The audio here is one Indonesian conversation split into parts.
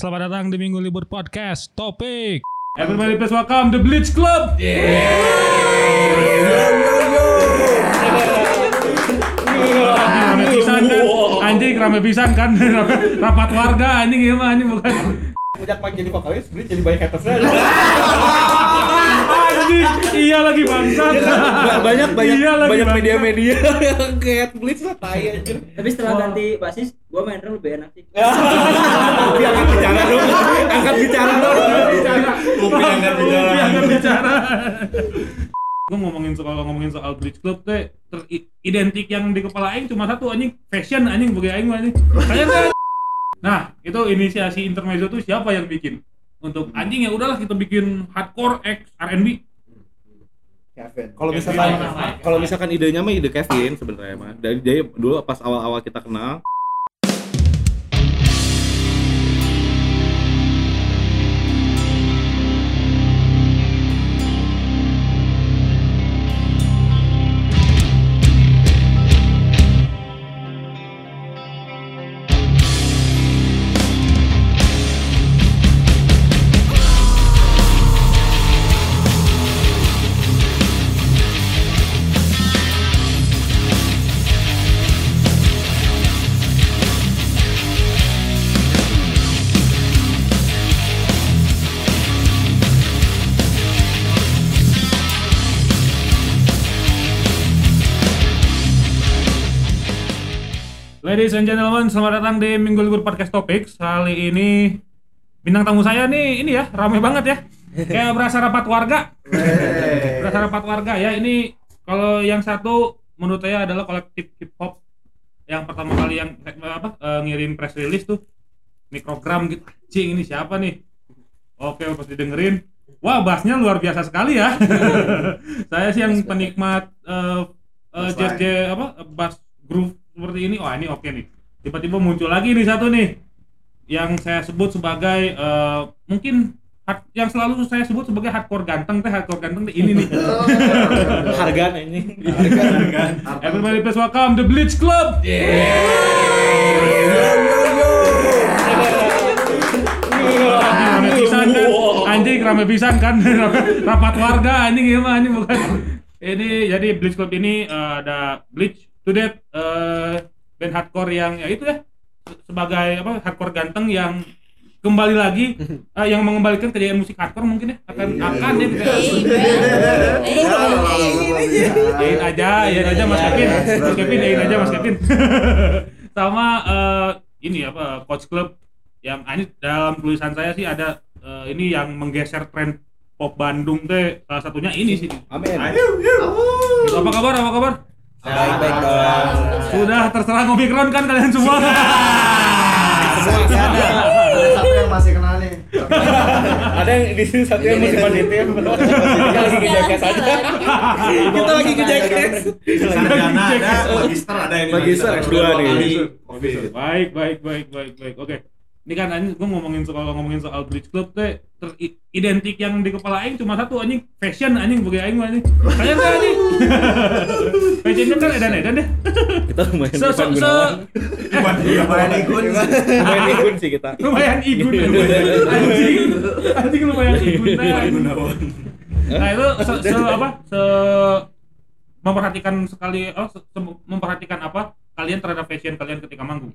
Selamat datang di Minggu Libur Podcast. Topik Everybody please welcome the Bleach Club. Rame pisan kan? Anjing rame pisan kan? Rapat warga anjing gimana anjing bukan? Sejak pagi jadi vokalis, Bleach jadi banyak hatersnya. Anjing, iya lagi bangsat. Banyak media-media yang kayak Bleach lah tai anjir. Tapi setelah ganti basis, gua main drum lebih enak sih. Angkat bicara dong. Angkat bicara. Gue ngomongin soal Bleach Club teh teridentik yang di kepala aing cuma satu anjing, fashion anjing bagi aing anjing. Kayaknya nah, itu inisiasi intermezzo tuh siapa yang bikin? Untuk anjing ya udahlah kita bikin hardcore X R&B. Kevin. Kalau misalkan idenya mah ide Kevin sebenarnya mah. Dari dia dulu pas awal-awal kita kenal. Ladies and gentlemen, selamat datang di Minggu Libur Podcast Topik. Kali ini bintang tamu saya nih ini ya, rame banget ya. Kayak berasa rapat warga. Berasa rapat warga ya. Ini kalau yang satu menurut saya adalah kolektif hip hop yang pertama kali yang ngirim press release tuh mikrogram gitu. Cing, ini siapa nih? Oke, pasti dengerin. Wah, bassnya luar biasa sekali ya. Saya sih yang penikmat jazz bass groove seperti ini. Wah, ini oke nih. Tiba-tiba muncul lagi nih satu nih yang saya sebut sebagai yang selalu saya sebut sebagai hardcore ganteng ini nih. Hargaan ini. Everybody please welcome the Bleach Club. Rame pisan kan? Anjing rame pisan kan? Rapat warga anjing gimana anjing bukan? Ini jadi Bleach Club ini ada Bleach to Death, band hardcore yang ya itu ya sebagai hardcore ganteng yang kembali lagi yang mengembalikan kejayaan musik hardcore mungkin ya akan ya gitu. Yain aja Mas Kevin. Sama ini Coach Club yang ini dalam tulisan saya sih ada ini yang menggeser tren pop Bandung teh salah satunya ini sih. Amin. Apa kabar? Baik dong. Sudah terserang Omikron kan kalian semua. Semua ada satu yang masih kena nih. Ada yang di sini satu yang masih positif. Kita lagi ngejaga aja. Kita lagi ngejaga. Magister S2 nih. Baik. Oke. Ini kan anjing gue ngomongin soal Bleach Club teh teridentik yang di kepala aing cuma satu anjing, fashion anjing bagi aing anjing. Kayaknya anjing. Fashionnya kan edan deh. Kita lumayan lumayan igun sih kita. Lumayan igun. Anjing lumayan igun. Nah itu memperhatikan apa kalian terhadap fashion kalian ketika manggung?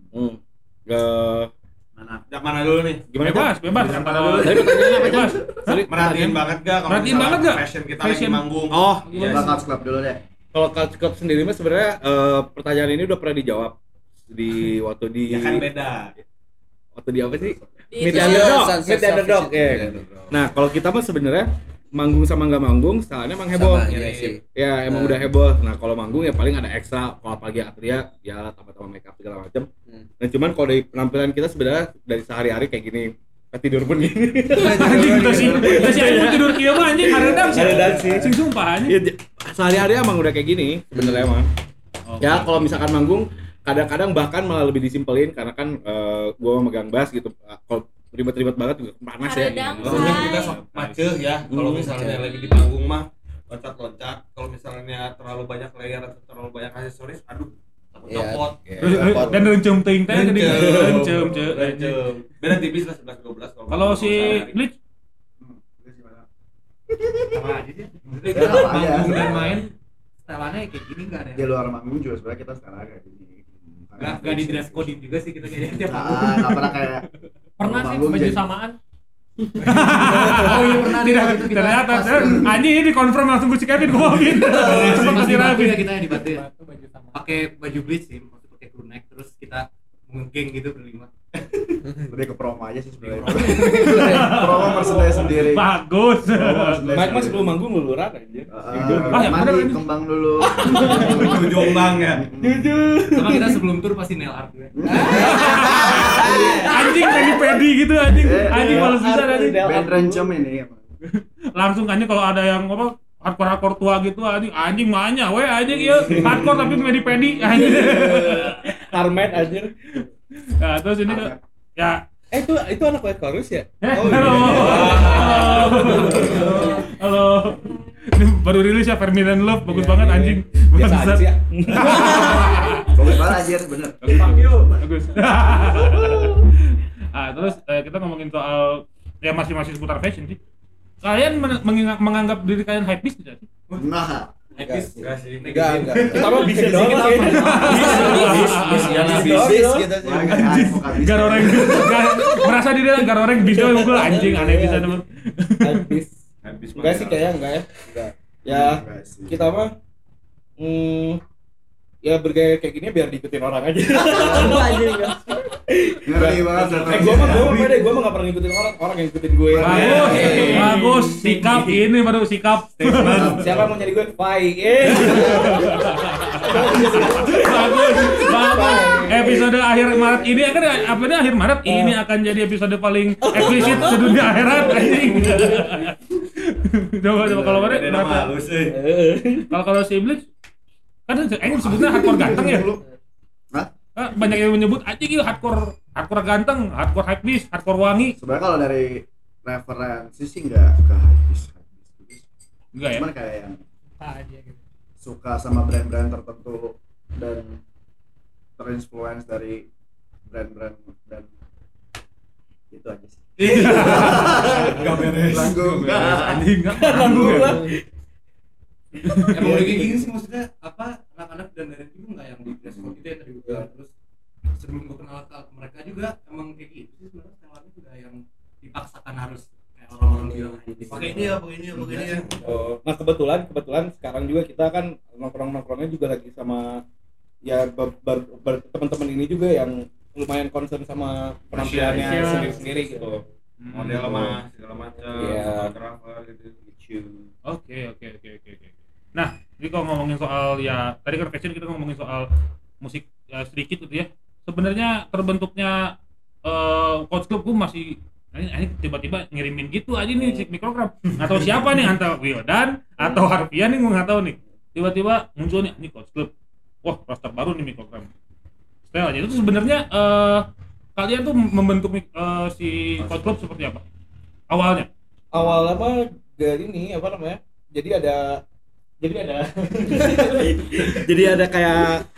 Mana dulu nih? Gimana? Bebas. Bebas. Merhatiin banget gak fashion kita lagi manggung? Oh, iya. Culture Club dulu deh. Kalau Culture Club sendiri mah sebenarnya pertanyaan ini udah pernah dijawab waktu di. Ya kan beda. Waktu di apa sih? Meet the Underdog. Nah, kalau kita mah sebenarnya manggung sama nggak manggung, soalnya emang heboh. Ya emang udah heboh. Nah kalau manggung ya paling ada ekstra, kalau pagi Atria ya tambah make up segala macam. Nah cuman kalau dari penampilan kita sebenarnya dari sehari-hari kayak gini, tidur pun gini. Anjing udah sih aku tidur kieu mah anjing hareudang sih. Sing sumpah anjing. Ya, sehari-hari emang udah kayak gini sebenarnya emang. Ya kalau misalkan manggung kadang-kadang bahkan malah lebih disimpelin karena kan gua megang bass gitu. Kalau ribet-ribet banget juga panas ya. Maksudnya kita macet ya. Kalau misalnya lagi di panggung mah loncat-loncat. Kalau misalnya terlalu banyak layer atau terlalu banyak aksesoris, aduh copot. Dan rencem ting teh jadi rencem. Beda tipis lah 11-12 Kalau si Bleach Sama aja sih. Manggung Dan main setelannya kayak gini enggak ada. Di luar manggung juga sebenarnya kita sekarang kayak gini. Enggak di dress code juga sih kita kayaknya tiap Enggak pernah kayak pernah sih manggung baju jadi- samaan. oh iya pernah ternyata anjing ini dikonfirm langsung gue si Kevin ngomongin sama si Rafi Kita yang dibantu ya. Pakai baju bleach sih, maksudnya pakai crew neck terus kita ngegeng gitu berlima. Lebih ke promo aja sih sebenarnya. Promo merchandise sendiri. bagus Mike mas sebelum manggung luluran aja. yang bener Mandi ini. kembang dulu. Jombang ya. Sama kita sebelum tur pasti nail art gue. anjing pedi gitu anjing males bisa anjing Band Rencem ini emang. langsung kan kalau ada yang apa hardcore tua gitu anjing mahnya we anjing iya hardcore tapi pedi anjing Armet anjir. nah terus ini ya Itu anak White Chorus ya? halo halo ini baru rilis ya Permanent Love bagus banget anjing Biasa aja sih ya. Bagus banget anjir, bener. bagus terus kita ngomongin soal ya masih seputar fashion sih kalian menganggap diri kalian hypebeast tidak sih? Nah, Etis. Enggak sih. Enggak. Kita mah bisa doang. bis gitu sih. Gar orang merasa diri gar orang bisa unggul anjing aneh bisa teman. Habis. Enggak sih kayaknya enggak ya. Enggak. Ya kita mah ya bergaya kayak gini biar diikutin orang aja. Ngeri banget. Gua mah enggak pernah ngikutin orang yang ngikutin gue. Bagus sikap ini baru sikap. Siapa mau nyari gue? Fai. Bagus. Episode akhir Maret ini akan akhir Maret ini akan jadi episode paling eksplisit sedunia akhirat anjing. Coba kalau mana? Kalau si Bleach kan sebutnya hardcore ganteng ya. Banyak yang menyebut anjing itu hardcore ganteng, hardcore hypebeast, hardcore wangi. Sebenarnya kalau dari referensi sih enggak ke hypebeast. Enggak ya? Cuman kayak yang Aja gitu. suka sama brand-brand tertentu dan terinfluence dari brand-brand dan itu aja sih. Enggak beres. Langgung. Anjing enggak nanggung ya. Emang udah kayak gini sih maksudnya apa anak-anak dan dari itu nggak yang di dress code itu ya tadi gue bilang terus sebelum gue kenal ke mereka juga emang kayak gitu sih sebenarnya setelannya juga yang dipaksakan harus kayak orang-orang bilang Pakai ini ya. Nah kebetulan sekarang juga kita kan nongkrongnya juga lagi sama ya teman-teman ini juga yang lumayan concern sama penampilannya sendiri gitu. Model mah segala macam, fotografer gitu. Oke. Nah, jadi kalau ngomongin soal ya tadi kan fashion kita ngomongin soal musik sedikit gitu ya. Sebenarnya terbentuknya Coach Club gue masih ini tiba-tiba ngirimin gitu aja nih si Mikrogram atau siapa nih antara Wiodan atau Harfian nih gue nggak tahu nih. Tiba-tiba muncul nih Coach Club. Wah, roster baru nih Mikrogram. Style aja itu sebenarnya kalian tuh membentuk si Coach Club seperti apa? Awalnya mah dari ini apa namanya? Jadi ada kayak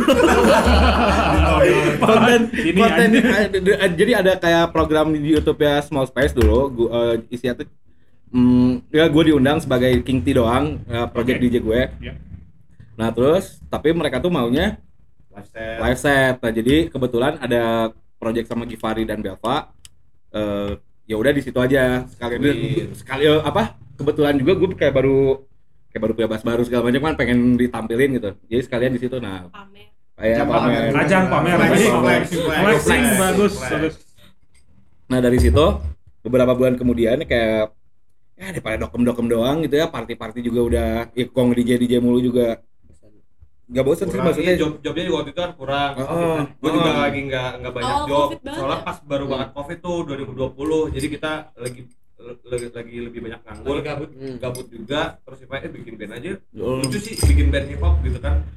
konten jadi ada kayak program di YouTube ya Small Space dulu isinya tuh ya gue diundang sebagai King T doang project DJ gue. Nah terus tapi mereka tuh maunya live set. Nah jadi kebetulan ada project sama Givari dan Belva. Ya udah di situ aja sekali kebetulan juga gue kayak baru punya bass baru segala macam kan pengen ditampilin gitu. Jadi sekalian di situ pamer. ajang pamer flexing bagus. Nah dari situ beberapa bulan kemudian kayak ya daripada dokem doang gitu ya, party juga udah ikong DJ mulu juga nggak bosan sih maksudnya. Jobnya juga waktu itu kan kurang. Gue juga lagi nggak banyak Awal job. COVID banget Soalnya ya? pas baru banget COVID tuh 2020. Jadi kita lagi lebih banyak nganggur, gabut juga. Terus bikin band aja. Lucu sih bikin band hip hop gitu kan.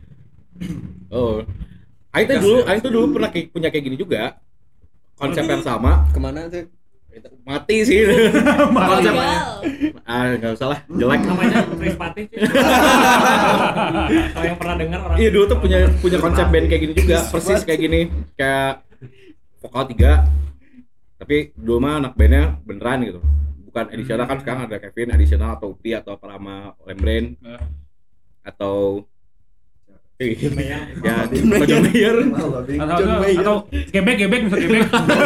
Aing tuh dulu pernah punya kayak gini juga. Konsep yang sama. Kemana tuh? Mati sih. Konsep nggak usah lah, jelek. Namanya Chris Patih. Kalau yang pernah dengar orang. Iya dulu tuh punya konsep band kayak gini juga, persis kayak gini, kayak vokal 3. Tapi dulu mah anak bandnya beneran gitu. Bukan additional kan sekarang ada Kevin additional atau Upi atau Parama Lembrain atau ya John Mayer atau gebek misal gebek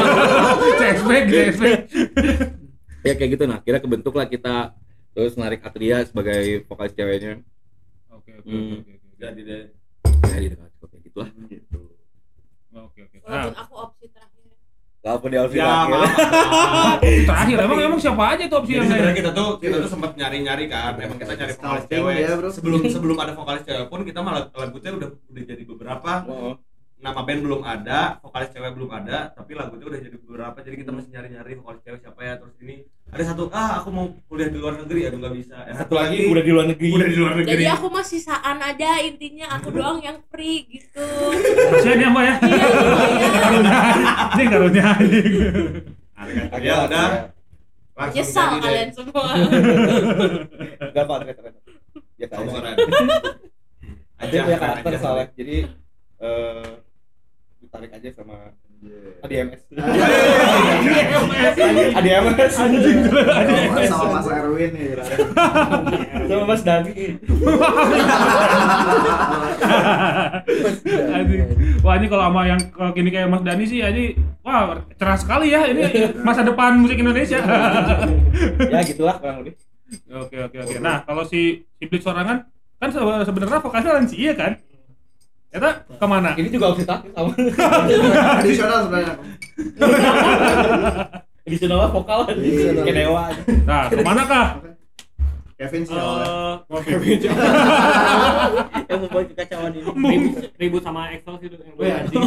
CSB ya kayak gitu. Nah kira kebentuk lah kita, terus narik Atria sebagai vokalis ceweknya. Oke Jadi deh. Jadi kayak gitulah. Oke. Walaupun aku opsi terakhir. Walaupun di opsi Ya, Terakhir emang siapa aja tuh opsi yang sebenarnya saya? kita tuh sempat nyari-nyari kan. Emang kita cari vokalis Scouting cewek. ya, bro. Sebelum ada vokalis cewek pun kita malah lagunya udah jadi beberapa. Nama band belum ada, vokalis cewek belum ada, tapi lagunya udah jadi beberapa. Jadi kita masih nyari-nyari vokalis cewek siapa ya. Terus ini ada satu, aku mau kuliah di luar negeri, aduh nggak bisa. Satu lagi udah di luar negeri. Jadi aku masih saan aja, intinya aku doang yang free gitu. Kasian ya Mbak ya. Ini karunia. Ya udah. Langsung Nyesal jadi deh. kalian semua. Enggak apa keren. Ya Kamu kan. keren. Ada punya karakter soalnya. Jadi ditarik aja sama ADMS. ADMS. Sama Mas Erwin nih. Sama Mas Dani. Wah ini kalau sama yang gini kayak Mas Dani sih, ini wah cerah sekali ya, ini masa depan musik Indonesia. Ya gitulah kurang lebih. Oke. Nah kalau si Blitz sorangan kan sebenarnya vokalisnya Lanci iya kan? Eta kemana? Ini juga opsi taktis sama. Additional sebenarnya. Additional vokal kayak dewa. Nah kemana kah? Kevin sih awalnya. Yang membuat kekacauan ini. Ribut sama Excel sih yang Wih, anjing.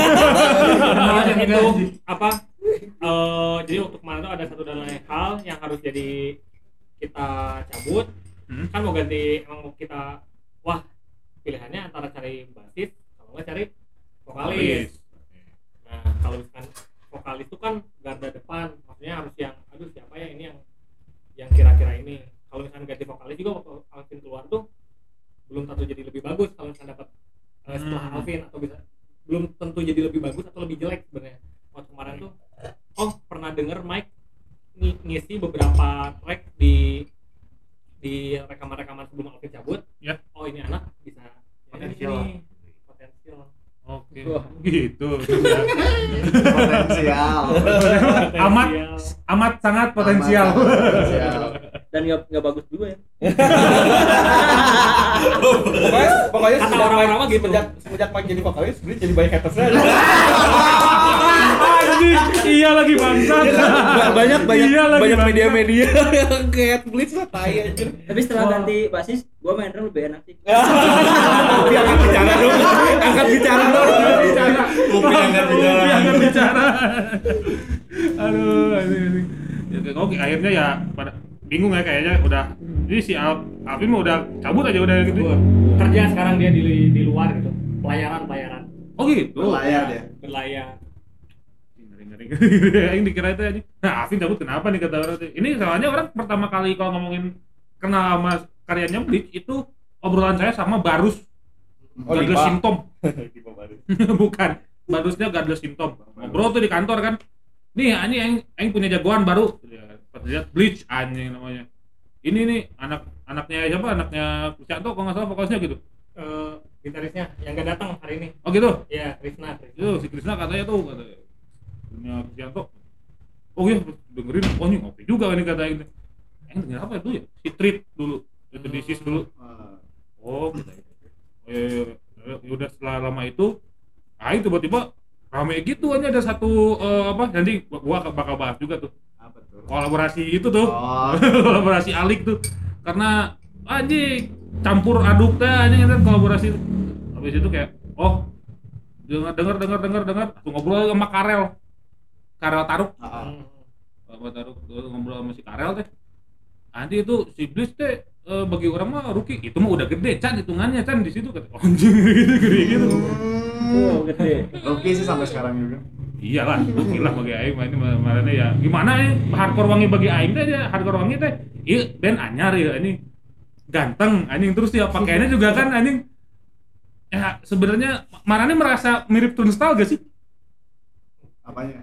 itu apa? Jadi waktu kemarin tuh ada satu dan lain hal yang harus jadi kita cabut. Kan mau ganti, emang mau kita pilihannya antara cari basis kalau nggak cari vokalis. Nah kalau misalkan vokalis itu kan garda depan, maksudnya harus yang siapa ya ini yang kira-kira ini. Kalau misalkan ganti vokalis juga waktu Alvin keluar tuh belum tentu jadi lebih bagus kalau misalkan dapat setelah Alvin, atau bisa belum tentu jadi lebih bagus atau lebih jelek sebenarnya. Waktu kemarin tuh pernah denger Mike ngisi beberapa track di rekaman-rekaman sebelum Alvin cabut. Ya. Oh ini anak bisa potensial. Oke. Gitu. Potensial. Amat sangat potensial. Dan nggak bagus juga ya. Pokoknya Kata orang-orang mah gitu. semenjak Mike jadi vokalis, Blitz jadi banyak hatersnya. Anjing, iya lagi bangsat. banyak Iya lagi, banyak bangsat. media-media yang kayak Blitz lah tai anjir. Tapi setelah ganti basis, gua main drum lebih enak sih. Tapi angkat bicara dong. Angkat bicara dong. Upi angkat bicara. Aduh. Oke, akhirnya ya pada bingung ya kayaknya udah. Jadi si Alvin mah udah cabut aja udah gitu. Kerja sekarang dia di luar gitu. Pelayaran. Oh gitu. Berlayar dia. Berlayar. Ngeri. Yang dikira itu aja. Nah, Alvin cabut kenapa nih kata orang tuh. Ini soalnya orang pertama kali kalau ngomongin kenal sama karyanya Blitz itu obrolan saya sama Barus. Godless Symptom. Bukan. Barusnya Godless Symptom. Ngobrol tuh di kantor kan. Nih anjing aing punya jagoan baru. Pas lihat Blitz anjing namanya. Ini nih anaknya siapa? Anaknya Krisyanto kalau nggak salah vokalisnya gitu. Gitarisnya yang nggak datang hari ini. Oh gitu. Iya, Krisna. Itu si Krisna katanya tuh punya Krisyanto. Oh iya dengerin. Oh ini ngopi juga ini katanya. Denger apa itu ya? Si Treat dulu. Itu disis dulu. Oh gitu. Ya udah setelah lama itu, tiba-tiba rame gitu aja ada satu nanti gua bakal bahas juga tuh. Apa tuh? Kolaborasi itu tuh. Oh. Kolaborasi Alik tuh. Karena anjing campur aduk teh anjing kan kolaborasi. Habis itu kayak dengar langsung ngobrol sama Karel Taruk. Sama Taruk ngobrol sama si Karel teh. Nanti itu si Blitz teh bagi orang mah rookie itu mah udah gede Chan hitungannya Chan di situ kata anjing gitu. Oh, gede. Oke sih sampai sekarang juga. Iyalah, gila bagi aing mah ini marane ya. Gimana ya hardcore wangi bagi aing teh ya, hardcore wangi teh. Ieu band anyar ya ini. Ganteng anjing terus ya pakaiannya juga kan anjing. Ya sebenarnya marane merasa mirip Turnstile gak sih? Apanya?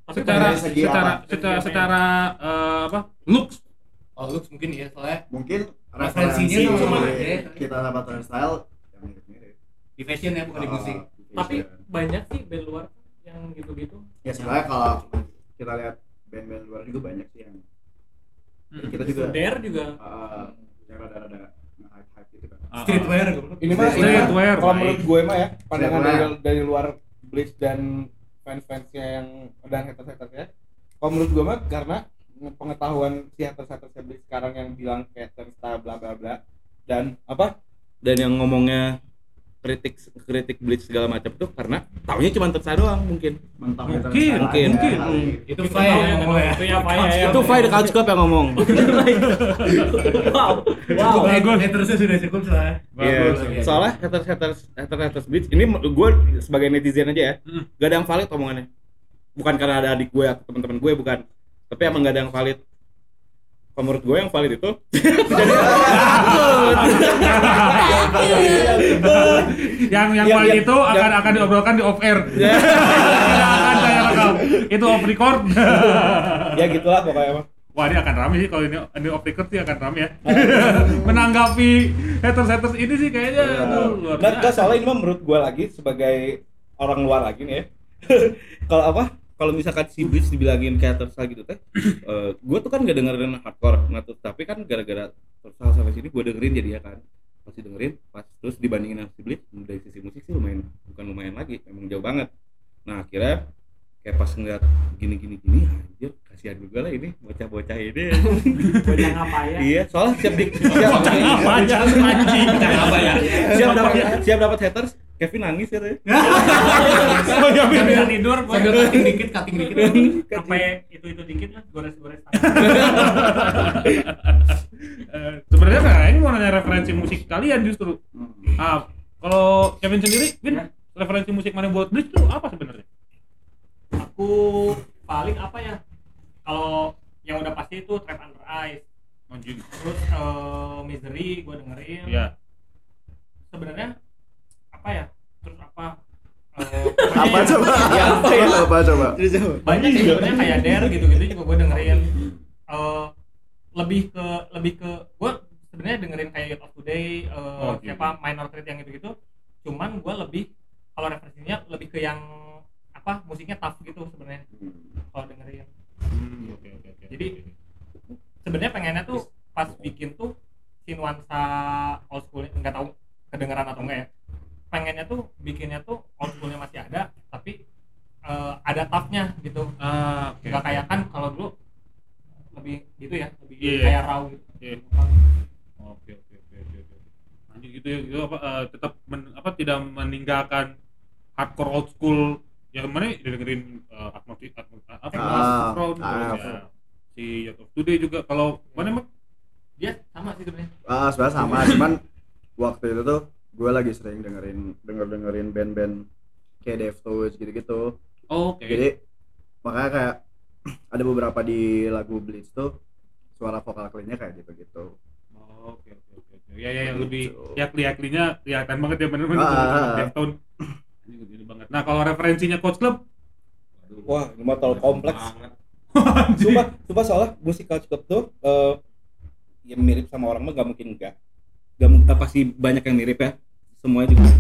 Secara apa? Looks. Oh, looks mungkin ya, soalnya Mungkin referensinya referensi sama kita dapat Turnstile yang mirip-mirip. di fashion ya, bukan di musik. Tapi banyak sih band luar yang gitu-gitu. Ya sebenarnya kalau kita lihat band-band luar juga banyak sih yang kita juga Dare juga yang rada-rada nge-hype gitu kan. Streetwear Ini mah Streetwear, kalau baik. menurut gue mah ya pandangan Streetwear. dari luar Bleach dan fans-fansnya yang dan haters-hatersnya. Kalau menurut gue mah karena pengetahuan si haters-hatersnya Bleach sekarang yang bilang kayak Turnstile bla bla bla dan apa dan yang ngomongnya kritik Bleach segala macam tuh karena taunya cuma Turnstile doang mungkin. Mentang-mentang Mungkin. itu Faya yang ngomong ya. Itu Fire the Couch Club yang ngomong. Wow. Terusnya sudah cukup soalnya. Bagus. Iya. Soalnya haters Bleach ini gue sebagai netizen aja ya, gak ada yang valid omongannya. Bukan karena ada adik gue atau teman-teman gue, bukan. Tapi emang gak ada yang valid. Kalau menurut gue yang valid itu yang Iya, paling iya. itu akan diobrolkan di off air. Tidak akan saya rekam. Itu off record. ya gitulah pokoknya emang. Wah ini akan rame sih kalau ini off record sih akan rame ya. Menanggapi haters ini sih kayaknya aduh, luar Nah, biasa. soalnya ini mah menurut gue lagi sebagai orang luar lagi nih ya. Kalau misalkan si Bleach dibilangin kayak Turnstile gitu teh, gue tuh kan gak dengerin hardcore, tapi kan gara-gara Turnstile sampai sini gue dengerin jadi ya kan, pasti dengerin, pas terus dibandingin sama si Bleach dari sisi musik sih bukan lumayan lagi, emang jauh banget. Nah akhirnya kayak pas ngeliat gini anjir kasihan juga lah ini bocah-bocah ini. Bocah ngapain? Iya, soalnya siap Apa aja anjing. siap dapat haters. Kevin nangis ya teh. Oh ya Nggak bisa bener. tidur gua. Sambil cutting dikit Sampai itu dikit lah, gores-gores. Sebenarnya kan ini mau nanya referensi musik kalian justru. Kalau Kevin sendiri, Vin, referensi musik mana buat Bleach tuh apa sebenarnya? Aku paling apa ya? Kalau yang udah pasti itu Trap Under Ice. Anjing. Terus Misery gua dengerin. Iya. Sebenarnya apa ya? Terus apa? Apa coba? Apa coba? Banyak sih sebenarnya kayak Dare gitu-gitu juga gue dengerin. Lebih ke gue sebenarnya dengerin kayak Youth of Today, siapa Minor Threat yang gitu-gitu. Cuman gue lebih kalau referensinya lebih ke yang apa musiknya tough gitu sebenarnya kalau dengerin. Oke. Jadi sebenarnya pengennya tuh pas bikin tuh si nuansa old school nggak tahu kedengeran atau enggak ya. Pengennya tuh bikinnya tuh old schoolnya masih ada tapi ada toughnya gitu. Nggak kayak kan kalau dulu lebih gitu ya, lebih kayak raw gitu. Oke. Anjing gitu ya, gitu tetap tidak meninggalkan hardcore old school yang mana dengerin Agnostic Front, si Youth of Today juga. Kalau mana mah dia sama sih sebenarnya. Sebenarnya sama, cuman waktu itu tuh gue lagi sering dengerin band-band kayak Deftones gitu-gitu. Oke. Jadi makanya kayak ada beberapa di lagu Bleach tuh suara vokal clean-nya kayak gitu-gitu. Oke. Ya yang lebih yakli-yaklinya kelihatan banget ya bener Deftones. Ini banget. Nah, kalau referensinya Coach Club, Wah, ini mah terlalu kompleks. Sumpah soalnya musik Coach Club tuh ya mirip sama orang mah gak mungkin enggak. Pasti banyak yang mirip ya. Semuanya juga.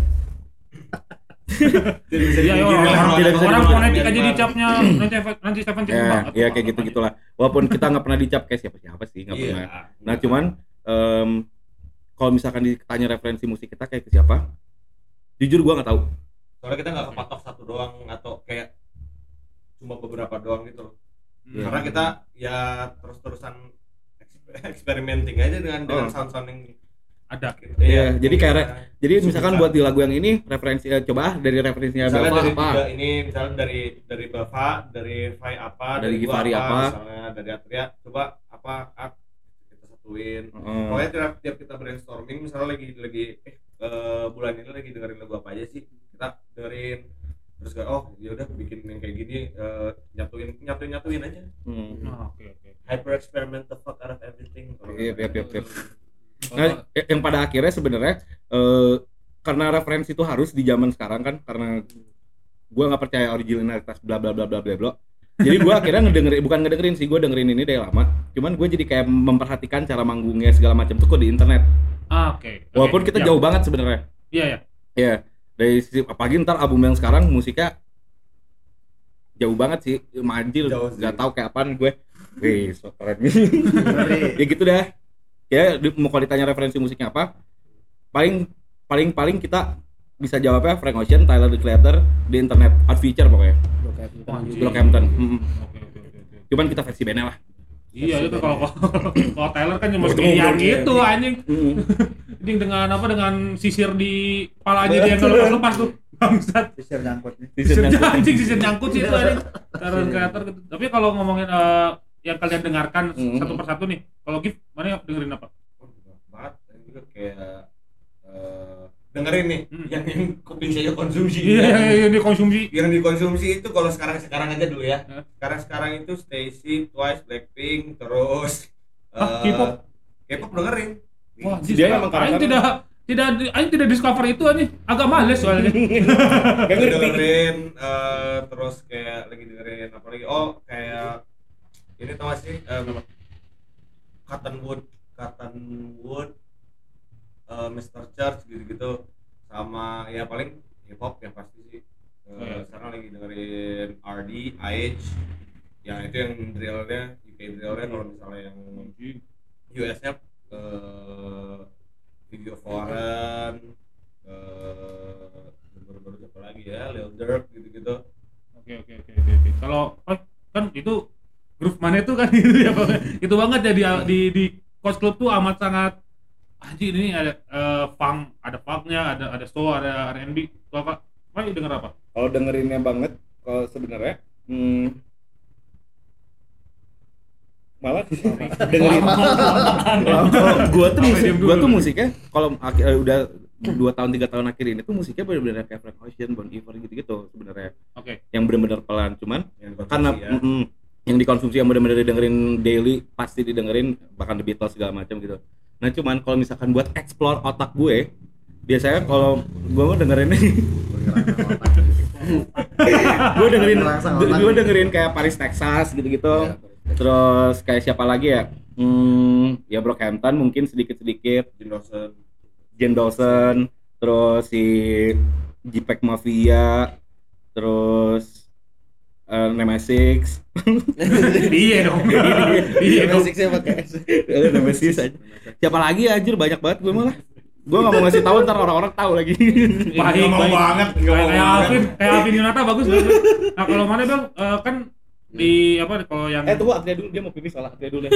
orang fonetik aja dicapnya nanti Stephen King banget. Ya kayak gitu-gitulah. Walaupun kita nggak pernah dicap kayak siapa sih, nggak pernah. Nah cuman kalau misalkan ditanya referensi musik kita kayak ke siapa, jujur gua nggak tahu. Soalnya kita nggak kepatok satu doang atau kayak cuma beberapa doang gitu loh. Karena kita ya terus-terusan experimenting aja dengan sound-sound yang ada. Iya, jadi misalkan buat di lagu yang ini referensi coba dari referensinya misalnya Belva dari apa? Ini misalnya dari Belva, dari Fai apa, Dari gua Givari apa? Misalnya dari Atria, coba apa kita satuin. Pokoknya tiap kita brainstorming misalnya lagi bulan ini lagi dengerin lagu apa aja sih? Kita dengerin terus kayak oh ya udah bikin yang kayak gini, nyatuin aja. Oke. Hyper experiment the fuck out of everything. Yep. Nah, yang pada akhirnya sebenarnya karena referensi itu harus di zaman sekarang kan, karena gue nggak percaya originalitas bla bla bla bla bla bla. Jadi gue akhirnya ngedengerin sih, gue dengerin ini dari lama. Cuman gue jadi kayak memperhatikan cara manggungnya segala macam tuh kok di internet. Oke. Walaupun kita jauh banget sebenarnya. Iya. Ya, dari sisi apalagi ntar album yang sekarang musiknya jauh banget sih, manjir, nggak tahu kayak apaan gue. Wih, so keren nih. Ya gitu dah. Ya, mau kalau ditanya referensi musiknya apa, paling kita bisa jawabnya Frank Ocean, Tyler the Creator di internet, Art Feature pokoknya. Brockhampton. Oke. Cuman kita versi bandnya lah. Iya itu kalau Tyler kan cuma sekalian gitu anjing. Anjing dengan sisir di palanya dia yang lepas tuh. Bangsat. Sisir nyangkut nih. Sisir nyangkut sih itu anjing. Tyler Creator gitu. Tapi kalau ngomongin yang kalian dengarkan satu persatu nih, kalau Gif mana dengerin apa? Banget, juga kayak dengerin nih yang kuping saya konsumsi. Iya, yang dikonsumsi. Yang dikonsumsi itu kalau sekarang aja dulu ya. Sekarang itu Stacey, Twice, Blackpink, terus K-pop dengerin. Wah, dia emang tidak discover itu anjing. Agak males soalnya. Dengerin terus kayak lagi dengerin apa lagi? Oh, kayak ini tau gak sih Cottonwood Mr. Church gitu sama ya paling hip hop ya pasti sih. Sekarang lagi dengerin RD, IH yang itu yang drillnya UK drillnya. Kalau misalnya yang US-nya Video Foreign, baru apa lagi ya, Lil Durk gitu. Oke. Kalau kan itu groove mana itu kan itu ya itu banget ya di Coast Club tuh amat sangat anjir. Ini ada funk, ada punknya, ada soul, ada R&B. Kalau Kak denger apa? Kalau dengerinnya banget, kalau sebenarnya malah dengerin gua tuh musiknya kalau udah 2 tahun 3 tahun akhir ini tuh musiknya benar-benar kayak Frank Ocean, Bon Iver gitu sebenarnya. Oke. Yang benar-benar pelan, cuman karena yang dikonsumsi yang benar-benar didengerin daily, pasti didengerin, bahkan The Beatles segala macam gitu. Nah cuman kalau misalkan buat explore otak gue, biasanya kalau gue mau dengerin gue dengerin kayak Paris Texas gitu-gitu. Terus kayak siapa lagi ya? Ya Brockhampton mungkin sedikit-sedikit, Jen Dawson, terus si J-Pack Mafia, terus Nemesis. Iya dong. Nemesis siapa kayak? Nemesis aja. Siapa lagi anjir, banyak banget gue malah. Gue enggak mau ngasih tahu ntar orang-orang tahu lagi. Baik banget. Kayak Alvin Yunata bagus. Nah, kalau mana Bang kan di apa kalau yang tunggu Atria dulu, dia mau pipis, salah Atria dulu deh.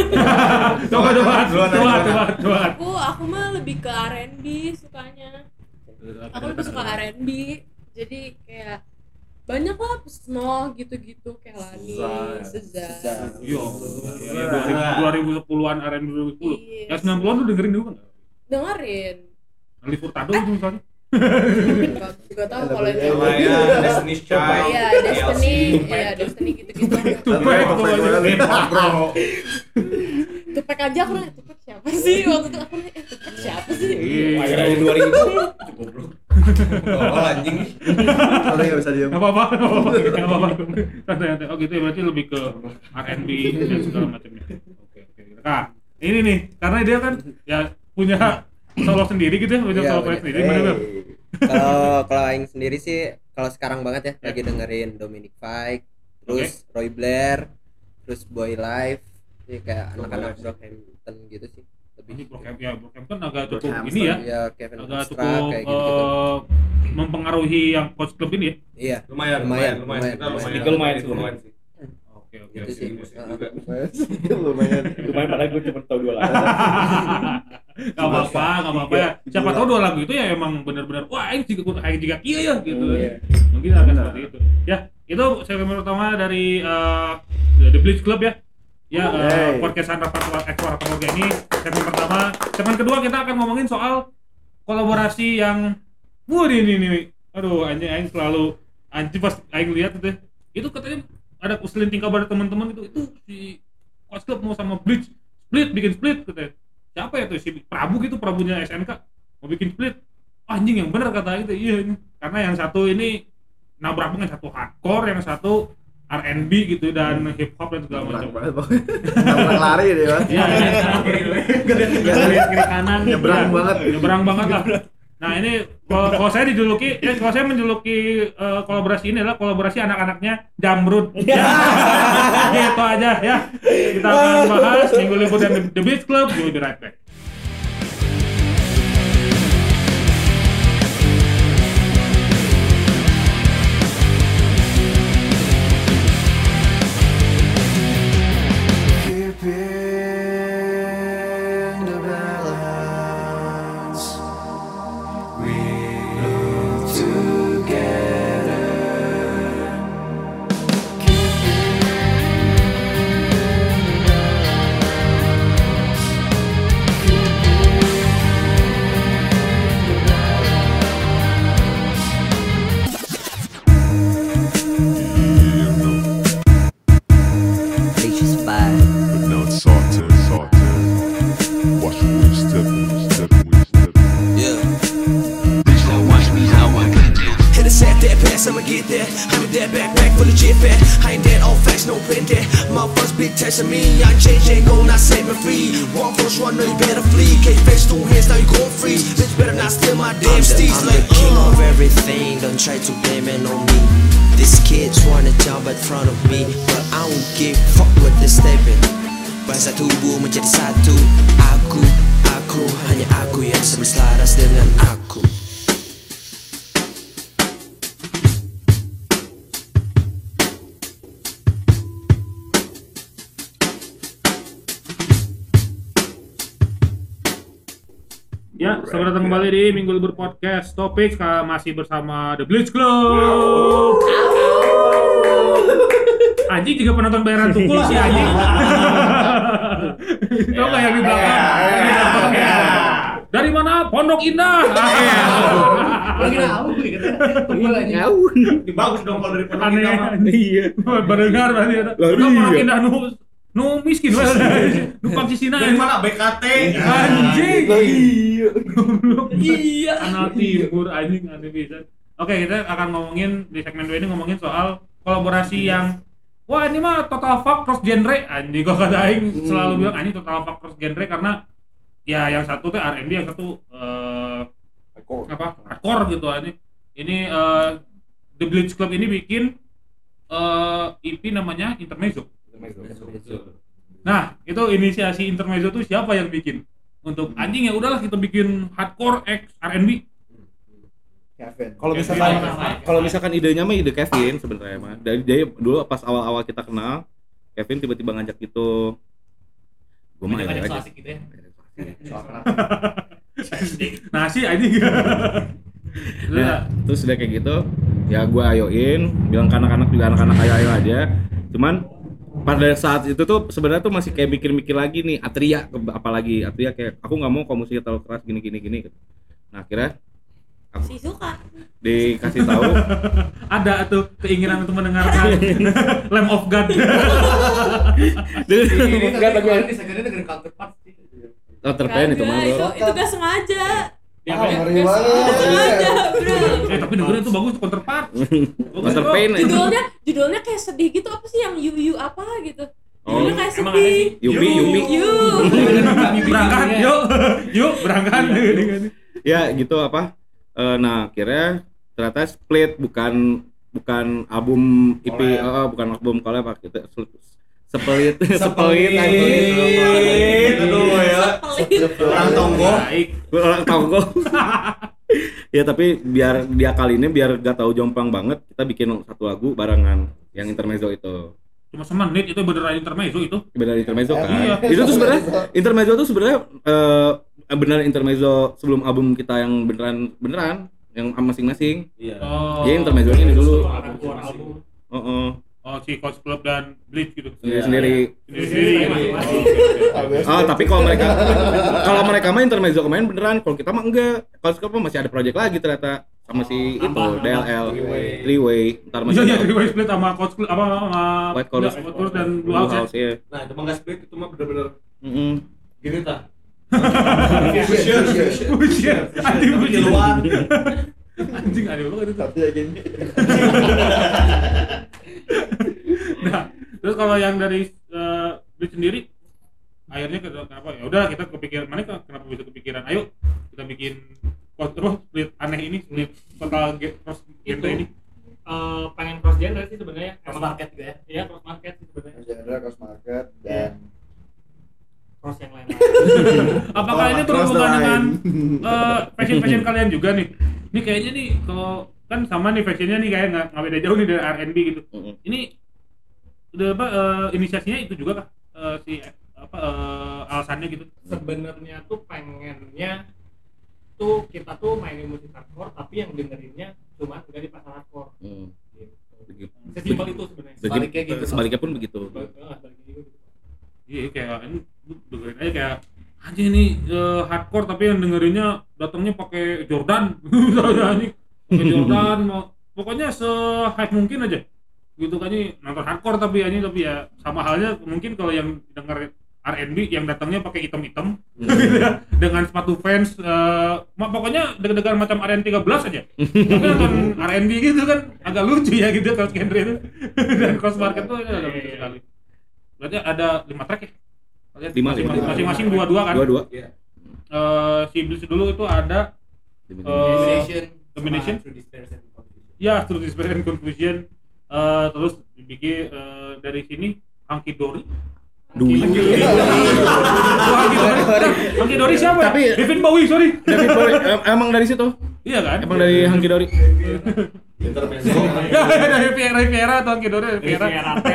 Coba. Aku mah lebih ke R&B sukanya. Aku lebih suka R&B. Jadi kayak banyak lah Snow gitu-gitu kayak Lani, Seza. Iya. 2010-an R&B 2010. Yang 90-an lu dengerin juga enggak? Dengerin. Ali Furtado itu misalnya. Juga tahu kalau itu. Ya, Destiny's Child. Iya, Destiny gitu-gitu. Tupek bro. Tupek aja aku nanya, Tupek siapa sih? Waktu itu aku nanya, Tupek siapa sih? Akhirnya 2000. Goblok. Oh anjing. Kalau enggak bisa diam. Enggak apa-apa. Santai. Oh gitu ya, berarti lebih ke R&B dan segala macamnya. Oke. Nah, ini nih, karena dia kan ya punya solo sendiri gitu ya, punya solo project sendiri. Gimana Bang? Kalau aing sendiri sih kalau sekarang banget ya lagi dengerin Dominic Fike, terus Roy Blair, terus Boy Life, sih kayak anak-anak Brockhampton gitu sih. Lebih Brockhampton agak cukup ini ya. Iya, Kevin agak Abstract, cukup kayak gitu. Mempengaruhi yang Coach Club ini ya. Iya. Lumayan. Kita lumayan sih. Oke. Gitu sih. Lumayan Padahal gue cuma tahu 2 lagu. Gak apa-apa ya. Siapa tahu 2 lagu itu ya emang benar-benar wah ini juga kia ya gitu. Mungkin akan seperti itu. Ya, itu segmen pertama dari The Bleach Club ya. Ya, podcastan Rapat Keluarga ini segmen pertama. Segmen kedua kita akan ngomongin soal kolaborasi yang ini. Aduh, anjing selalu Anjir pas aing lihat itu katanya ada selinting kabar teman-teman itu si Coach Club mau sama Bleach bikin split katanya. Siapa ya tuh si Prabu gitu, Prabunya SNK mau bikin split. Anjing yang benar kata itu. Iya ini. Karena yang satu ini nabrak yang satu hardcore, yang satu R&B gitu dan hip hop dan segala macam. Nabrak lari deh, Mas. Iya, kiri kanan nyebrang banget lah. Nah, ini kalau saya menjuluki kolaborasi ini adalah kolaborasi anak-anaknya Jamrud. Ya. Gitu aja ya. Kita akan bahas Minggu Libur dan The Beach Club. We'll be right back. Testing me, I change, ain't gon' not set me free. One first one, no you better flee. Can't face two hands, now you gon' freeze. Bitch better not steal my damn steez. I'm the king of everything, don't try to blame it on me. These kids wanna jump in front of me, but I don't give fuck with the statement. Bahasa tubuh menjadi satu. Aku, hanya aku yang selaras dengan aku. Ya, selamat datang kembali di Minggu Libur Podcast Topics. Masih bersama The Bleach Club. Anjing juga penonton bayaran tukul sih anjing. Tahu nggak yang di belakang? Dari mana? Pondok Indah. Lagi tahu gitu. Ini bagus dong kalau dari Pondok Indah mah. Iya. Berdengar berarti ada. Pondok Indah nu miskin banget. Nu pangsisina. Dari mana? BKT. Anjing. Iya. Kanal Timur anjing aneh bisa. Oke, kita akan ngomongin di segmen 2 ini ngomongin soal kolaborasi yang wah ini mah total fuck cross genre anjing. Kok kata aing selalu bilang anjing total fuck cross genre karena ya yang satu tuh R&B, yang satu hardcore gitu anjing. Ini The Bleach Club ini bikin EP namanya Intermezzo. Nah, itu inisiasi Intermezzo tuh siapa yang bikin? Untuk anjing ya udahlah kita bikin hardcore X R&B. Kevin. Kalau misalkan idenya mah ide Kevin sebenarnya mah. Dari dia dulu pas awal-awal kita kenal, Kevin tiba-tiba ngajak gitu. Gua mah aja. Gitu ya. Nasi anjing. Nah, terus udah kayak gitu, ya gua ayoin, bilang ke anak-anak juga anak-anak ayo aja. Cuman pada saat itu tuh sebenarnya tuh masih kayak mikir-mikir lagi nih Atria, apalagi Atria kayak aku nggak mau kalau musiknya terlalu keras gini gitu. Nah akhirnya aku Si suka. dikasih tahu ada tuh keinginan untuk mendengarkan Lamb of God. Ini segera dengan counterpart sih. terpen itu mah bro. Itu gak sengaja. Ngeri banget. Gak sengaja, bro. Tapi dengerin tuh bagus counterpart. Terpen Judulnya kayak sedih gitu, apa sih yang you apa gitu. Oh, Judulnya kayak sedih. Yupi. Berangkat, yuk berangkat. Ya gitu apa? Nah akhirnya ternyata split bukan album EP, bukan album collab gitu. Sepelit aduh ya. Orang tonggo. Ya tapi biar dia kali ini biar gak tahu jomplang banget, kita bikin satu lagu barengan yang Intermezzo itu. Cuma semenit itu beneran Intermezzo itu. Beneran Intermezzo kan. Iya. Itu tuh sebenarnya Intermezzo tuh sebenarnya beneran Intermezzo sebelum album kita yang beneran yang masing-masing. Iya. Ya Intermezzo ini dulu. Oh, si Coach Club dan Bleach gitu. Sendiri. Okay. Tapi kalau mereka mah Intermezzo kemarin beneran, kalau kita mah enggak. Coach Club masih ada project lagi ternyata sama si itu Nambah. DLL three-way ntar masih Iya, three-way split sama coach apa sama White Chorus dan Blue House ya. ya. Nah, itu mah nggak split, itu mah bener-bener Mm-mm. gini tah. Bullshit. Anjing bullshit. Kiloan. Anjing ada banget itu. Tapi ya gini. Nah, terus kalau yang dari Blitz sendiri akhirnya kenapa ya udah kita kepikiran mana kenapa bisa kepikiran ayo kita bikin split aneh ini split total cross Itu game ini. pengen cross genre sih sebenarnya. Cross market juga ya. Iya, cross market sih sebenarnya. Genre cross market dan Cross yang lain. Apakah ini Cross the berhubungan dengan line. fashion kalian juga nih? Ini kayaknya nih kalau kan sama nih fashionnya nih kayak nggak beda jauh nih dari R&B gitu. Ini udah apa inisiasinya itu juga kah si apa alasannya gitu? Sebenarnya tuh pengennya tuh kita tuh mainin musik hardcore tapi yang dengerinnya cuma nggak di pasar hardcore. Gitu. Sesimpel itu sebenarnya. Sebaliknya gitu. Sebaliknya pun begitu. Sebaliknya gitu. Iya kayak ini dengerin aja kayak anjing ini hardcore tapi yang dengerinnya datangnya pakai Jordan. Anjing pakai Jordan pokoknya se-hype mungkin aja. Gitu kan ini nonton hardcore tapi ya sama halnya mungkin kalau yang denger R&B yang datangnya pakai hitam-hitam dengan sepatu Vans pokoknya deg-degan macam RN13 aja. Tapi nonton R&B gitu kan agak lucu ya gitu kalau genre itu. Dan cross market tuh agak lucu sekali. Berarti ada 5 track ya? Kalian 5. masing-masing 2-2 kan? 2-2. Iya. Si Blitz dulu itu ada Domination. Ya, Through Despair and Confusion. Terus dibikin dari sini Hunky Dory. Hunky Dory siapa ya? Tapi- David Bowie, sorry. David Bowie emang dari situ. Iya kan? Emang dari Hunky Dory. Intermezzo. Ya, dari Riviera atau Hunky Dory, Riviera.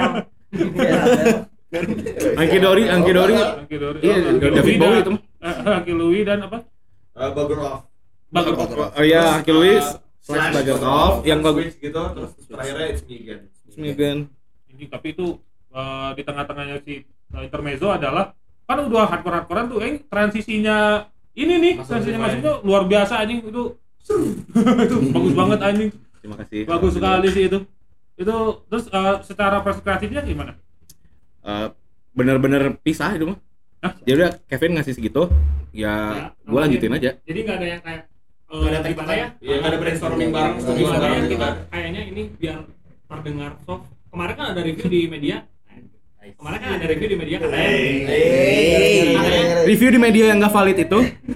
Hunky Dory. Hunky Dory. Iya, David Bowie itu mah. Hunky Louie dan apa? Bugger Off. Bugger Off. Oh iya, Hunky Louie slash Bugger Off yang bagus. Switch gitu, terus terakhirnya It's Me Again. Smigan. Tapi itu di tengah-tengahnya si intermezzo adalah kan udah hardcore-hardcorean tuh transisinya ini nih transisinya masuknya luar biasa anjing itu itu bagus banget anjing. Terima kasih. Bagus sekali sih itu terus secara proses kreatifnya gimana? Bener-bener pisah itu mah. Jadi udah Kevin ngasih segitu ya gue lanjutin aja. Jadi nggak ada yang kayak Nggak ada gimana ya? Iya, nggak ada brainstorming bareng, Gimana ya bareng kita gitu. kayaknya ini biar terdengar soft. Kemarin kan ada review di media. Kemarin kan ada review di media katanya. Review di media yang nggak valid itu.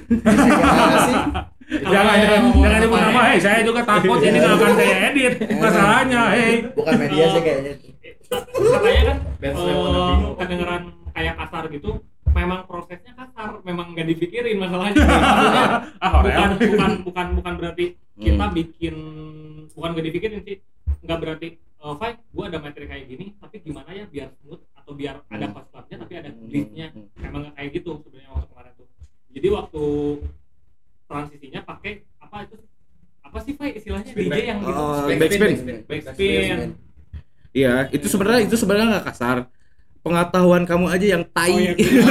Jangan nyebut nama, saya juga takut ini nggak akan saya edit masalahnya, Bukan media sih kayaknya. Katanya kan kedengeran kayak kasar gitu. Memang prosesnya kasar, memang nggak dipikirin masalahnya. Maksudnya bukan berarti kita bikin, bukan nggak dipikirin sih, nggak berarti Fai, gua ada materi kayak gini, tapi gimana ya biar smooth atau biar ada pas-pasnya tapi ada glitch-nya. Emang nggak kayak gitu sebenarnya waktu kemarin tuh. Jadi waktu transisinya pakai apa sih Fai istilahnya DJ yang gitu? Backspin. Iya, itu sebenarnya nggak kasar. Pengetahuan kamu aja yang tai.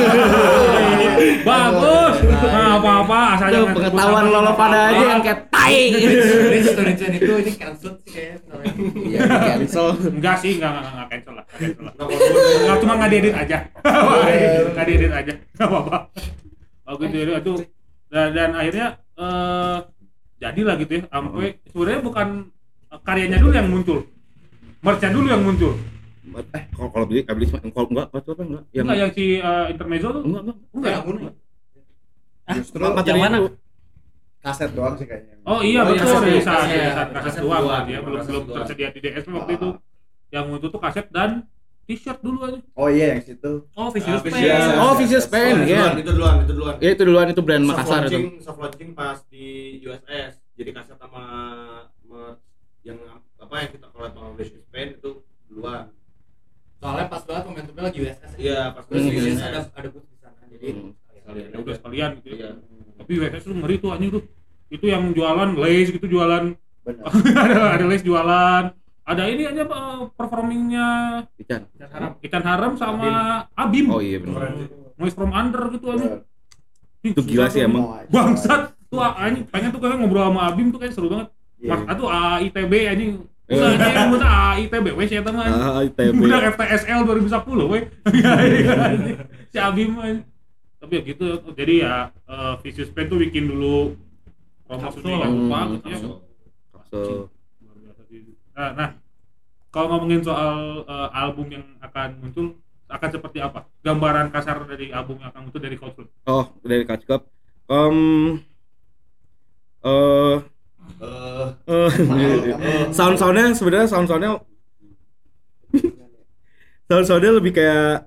Bagus. Nah, apa-apa asalnya Tuh, pengetahuan lo pada aja yang kayak tai. Story-nya itu ini cancel sih kayaknya. Iya, cancel. Enggak sih, enggak cancel lah. Enggak cuma enggak diedit aja. Enggak diedit aja. Enggak apa-apa. Bagus itu. Dan akhirnya jadilah gitu ya. Sampai sebenarnya bukan karyanya dulu yang muncul. Merch-nya dulu yang muncul. Kalau beli enggak Yang si intermezzo tuh enggak. Justru materi mana? Kaset doang sih kayaknya. Oh iya betul kaset, di saat kaset. kaset Kaset doang doang, kan ya belum kaset doang. tersedia di DS waktu itu. Yang muncul tuh kaset dan t-shirt dulu aja. Oh iya yang situ. Oh, Vicious Vicious. Pain. Oh, Vicious Pain, ya. Itu duluan. Ya itu brand Makassar itu. Soft launching pas di USS. Jadi kaset sama yang apa yang kita collab sama Vicious Pain itu duluan. Soalnya pas banget momentumnya lagi USS. Iya, pas Terus di USS USS. ada booth di sana. Jadi Ya udah sekalian gitu ya. Iya. Tapi WS tuh ngeri tuh anjing tuh. Itu yang jualan lace gitu jualan. Benar. ada lace jualan. Ada ini aja performingnya Ican Haram sama Abim. Oh iya benar. Noise from Under gitu aja. Itu gila sih emang. Bangsat. Tuh anjing pengen tuh kayak ngobrol sama Abim tuh kayak seru banget. Mas atuh AITB anjing. Usahanya mun AITB we si eta mah. AITB. Budak FTSL 2010 we. Si Abi mah. Tapi ya gitu. Jadi ya Vicious Pain tuh bikin dulu promosi yang bagus ya. Luar biasa sih. Nah, kalau ngomongin soal album yang akan muncul akan seperti apa? Gambaran kasar dari album yang akan muncul dari Coach Club. Oh, dari Coach Club. Soundnya sebenarnya soundnya lebih kayak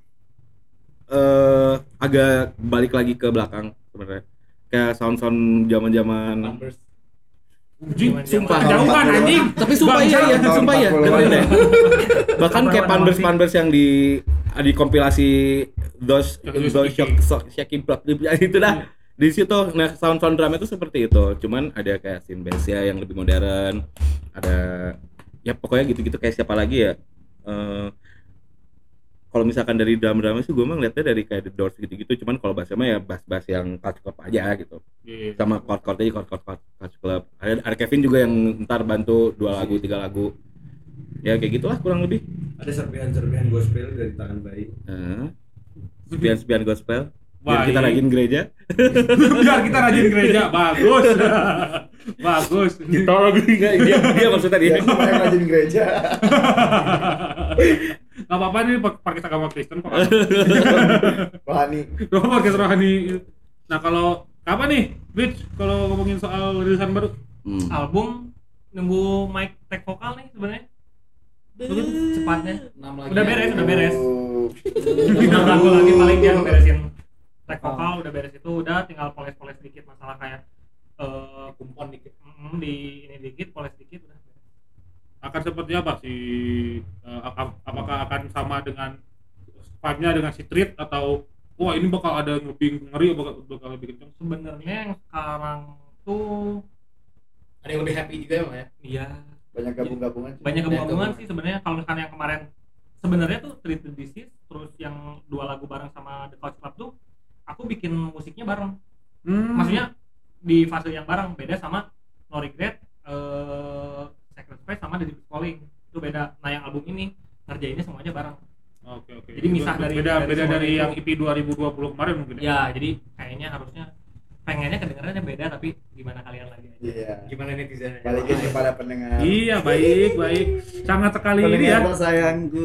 agak balik lagi ke belakang sebenarnya. Kayak sound zaman-zaman Sumpah jauhan anjing. Tapi sumpah ya, dengerin deh. Bahkan kayak Panbers yang di kompilasi those Shaking Blood itu dah. Di situ nah sound drama itu seperti itu. Cuman ada kayak scene bass ya yang lebih modern. Ada ya pokoknya gitu-gitu kayak siapa lagi ya. Kalau misalkan dari drama sih gue mah ngeliatnya dari kayak The Doors gitu-gitu, cuman kalau bassnya mah ya bass yang Coach Club aja gitu. Sama chord-chordnya Coach Club. Ada Kevin juga yang ntar bantu 2 lagu 3 lagu. Ya kayak gitulah kurang lebih. Ada serpihan gospel dari tangan bayi. Serpihan gospel. Biar kita rajin gereja. Bagus. Bagus. Kita lagi dia maksudnya dia. Supaya rajin gereja. Gak apa-apa nih pakai agama Kristen kok. Rohani. Pakai rohani. Nah kalau apa nih, Bitch? Kalau ngomongin soal rilisan baru, album nunggu mic tag vokal nih sebenarnya. Cepatnya. Udah beres. 6 lagu lagi paling dia beresin tag vokal, udah beres itu, udah tinggal poles-poles dikit masalah kayak kumpon dikit. Di ini dikit, poles dikit udah. Akan seperti apa sih? Apakah akan sama dengan vibe-nya dengan si Treat atau wah ini bakal ada lebih ngeri bakal lebih kencang? Sebenarnya yang sekarang tuh ada yang lebih happy juga ya, Iya. Banyak gabung-gabungan. Banyak gabung-gabungan sih sebenarnya. Kalau misalkan yang kemarin sebenarnya tuh Treat the Disease terus yang 2 lagu bareng sama The Coach Club tuh aku bikin musiknya bareng. Maksudnya di fase yang bareng, beda sama No Regret, Sacrifice sama The Deep Calling itu beda. Nah yang album ini ngerjainnya semuanya bareng. Oke. Jadi misah beda dari yang EP 2020 kemarin mungkin ya. Ya, jadi kayaknya harusnya pengennya kedengarannya beda, tapi gimana kalian lagi aja. Iya. Gimana netizen? Balikin kepada pendengar. Iya, baik. Sangat sekali ini ya. Pendengar sayangku.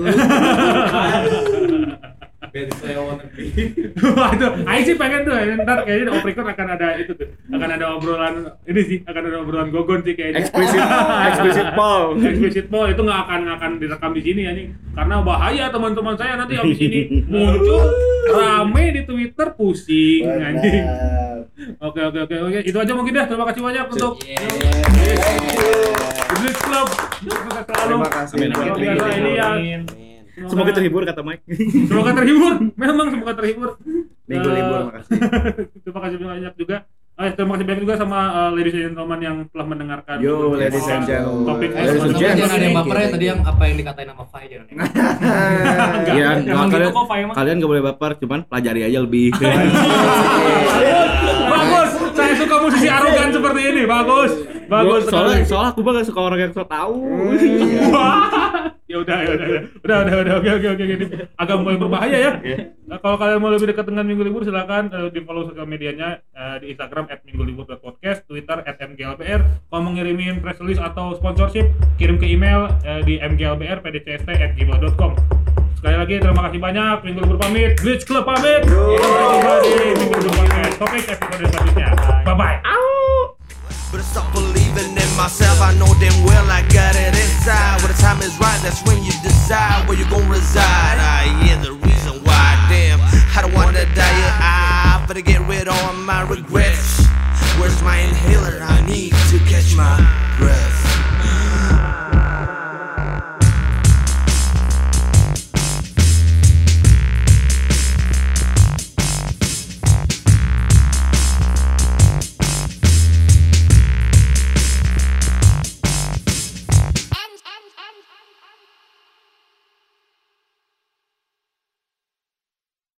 Band saya wanna be. Waduh, Aing sih pengen tuh, ntar kayaknya di off record akan ada itu tuh. Akan ada obrolan ini sih, akan ada obrolan gogon sih kayaknya. Explicit Paul itu nggak akan direkam di sini anjing. Karena bahaya teman-teman saya nanti habis ini muncul rame di Twitter pusing anjing. Oke. Itu aja mungkin dah. Terima kasih banyak untuk Blitz Club. Terima kasih. Ini ya. Semoga terhibur kata Mike. Semoga terhibur. Minggu libur, makasih. Terima kasih banyak juga. Terima kasih banyak juga sama ladies and gentlemen yang telah mendengarkan. Yo, ladies and gentlemen. Topik jangan ada yang baper ya tadi yang apa yang dikatain sama Fai jangan. Iya, kalian enggak boleh baper, cuman pelajari aja lebih. Bagus. Saya suka musisi arogan seperti ini. Bagus. Soalnya aku mah gak suka orang yang so tahu. Ya udah. Oke. Agak mulai berbahaya ya. Nah, kalau kalian mau lebih dekat dengan Minggu Libur silakan di follow sosial medianya di Instagram @minggulibur.podcast, Twitter @mglbr. Kalau mau ngirimin press release atau sponsorship, kirim ke email di mglbr@pdcst@gmail.com. Sekali lagi terima kasih banyak. Minggu Libur pamit, Blitz Club pamit. Sampai jumpa di Minggu Libur podcast. Topik episode selanjutnya. Bye bye. But I stop believing in myself, I know damn well I got it inside. When the time is right, that's when you decide where you gon' reside. I hear the reason why, damn, I don't wanna die, I better get rid of all my regrets. Where's my inhaler? I need to catch my breath.